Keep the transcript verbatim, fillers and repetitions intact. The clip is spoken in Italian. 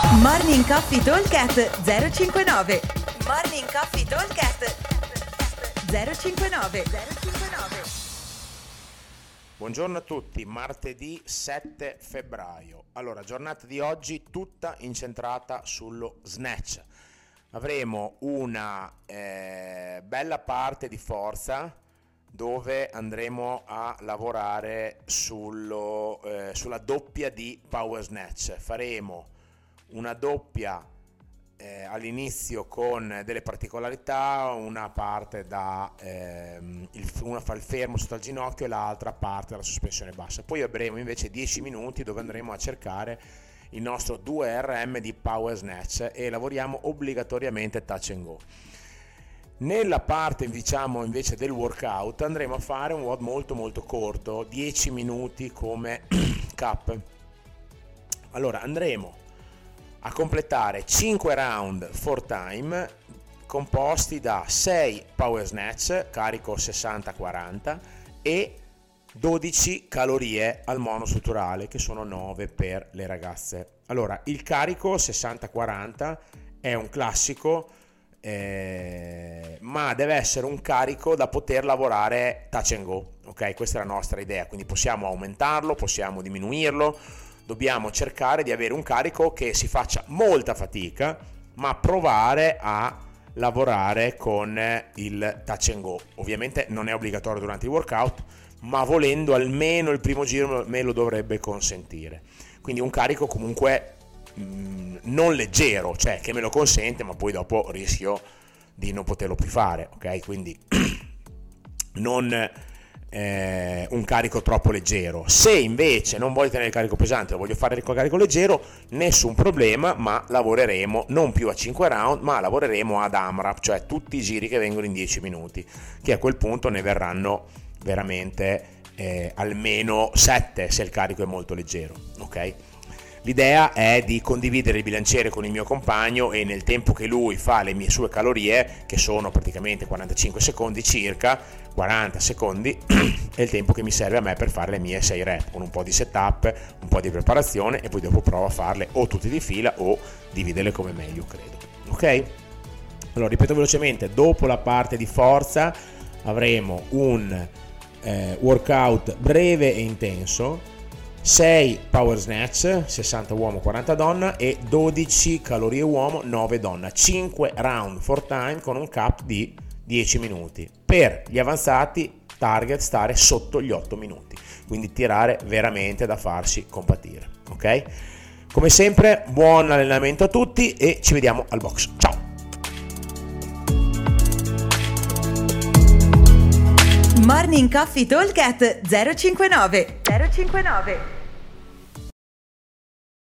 Morning Coffee Talkcast zero cinquantanove. Morning Coffee Talkcast zero cinquantanove. Buongiorno a tutti, martedì sette febbraio. Allora, giornata di oggi tutta incentrata sullo snatch. Avremo una eh, bella parte di forza dove andremo a lavorare sullo, eh, sulla doppia di power snatch. Faremo una doppia eh, all'inizio con delle particolarità, una parte da ehm, il, una fa il fermo sotto al ginocchio e l'altra parte dalla sospensione bassa. Poi avremo invece dieci minuti dove andremo a cercare il nostro due R M di power snatch e lavoriamo obbligatoriamente touch and go. Nella parte diciamo invece del workout andremo a fare un W O D molto molto corto, dieci minuti come cap. Allora andremo a completare cinque round for time composti da sei power snatch carico sessanta quaranta e dodici calorie al monostrutturale, che sono nove per le ragazze. Allora, il carico sessanta quaranta è un classico, eh, ma deve essere un carico da poter lavorare touch and go, ok? Questa è la nostra idea, quindi possiamo aumentarlo, possiamo diminuirlo. Dobbiamo cercare di avere un carico che si faccia molta fatica, ma provare a lavorare con il touch and go. Ovviamente non è obbligatorio durante il workout, ma volendo almeno il primo giro me lo dovrebbe consentire. Quindi un carico comunque mh, non leggero, cioè che me lo consente, ma poi dopo rischio di non poterlo più fare, ok? Quindi non Eh, un carico troppo leggero. Se invece non voglio tenere il carico pesante, lo voglio fare con carico leggero, nessun problema, ma lavoreremo non più a cinque round, ma lavoreremo ad AMRAP, cioè tutti i giri che vengono in dieci minuti, che a quel punto ne verranno veramente eh, almeno sette se il carico è molto leggero, ok? L'idea è di condividere il bilanciere con il mio compagno e nel tempo che lui fa le mie sue calorie, che sono praticamente quarantacinque secondi circa, quaranta secondi è il tempo che mi serve a me per fare le mie sei rep, con un po' di setup, un po' di preparazione e poi dopo provo a farle o tutte di fila o dividerle come meglio credo, ok? Allora ripeto velocemente, dopo la parte di forza avremo un eh, workout breve e intenso, sei power snatch, sessanta uomo, quaranta donna e dodici calorie uomo, nove donna, cinque round for time con un cap di dieci minuti. Per gli avanzati target stare sotto gli otto minuti, quindi tirare veramente da farsi compatire, ok? Come sempre buon allenamento a tutti e ci vediamo al box, ciao! Morning Coffee Talkcast zero cinquantanove.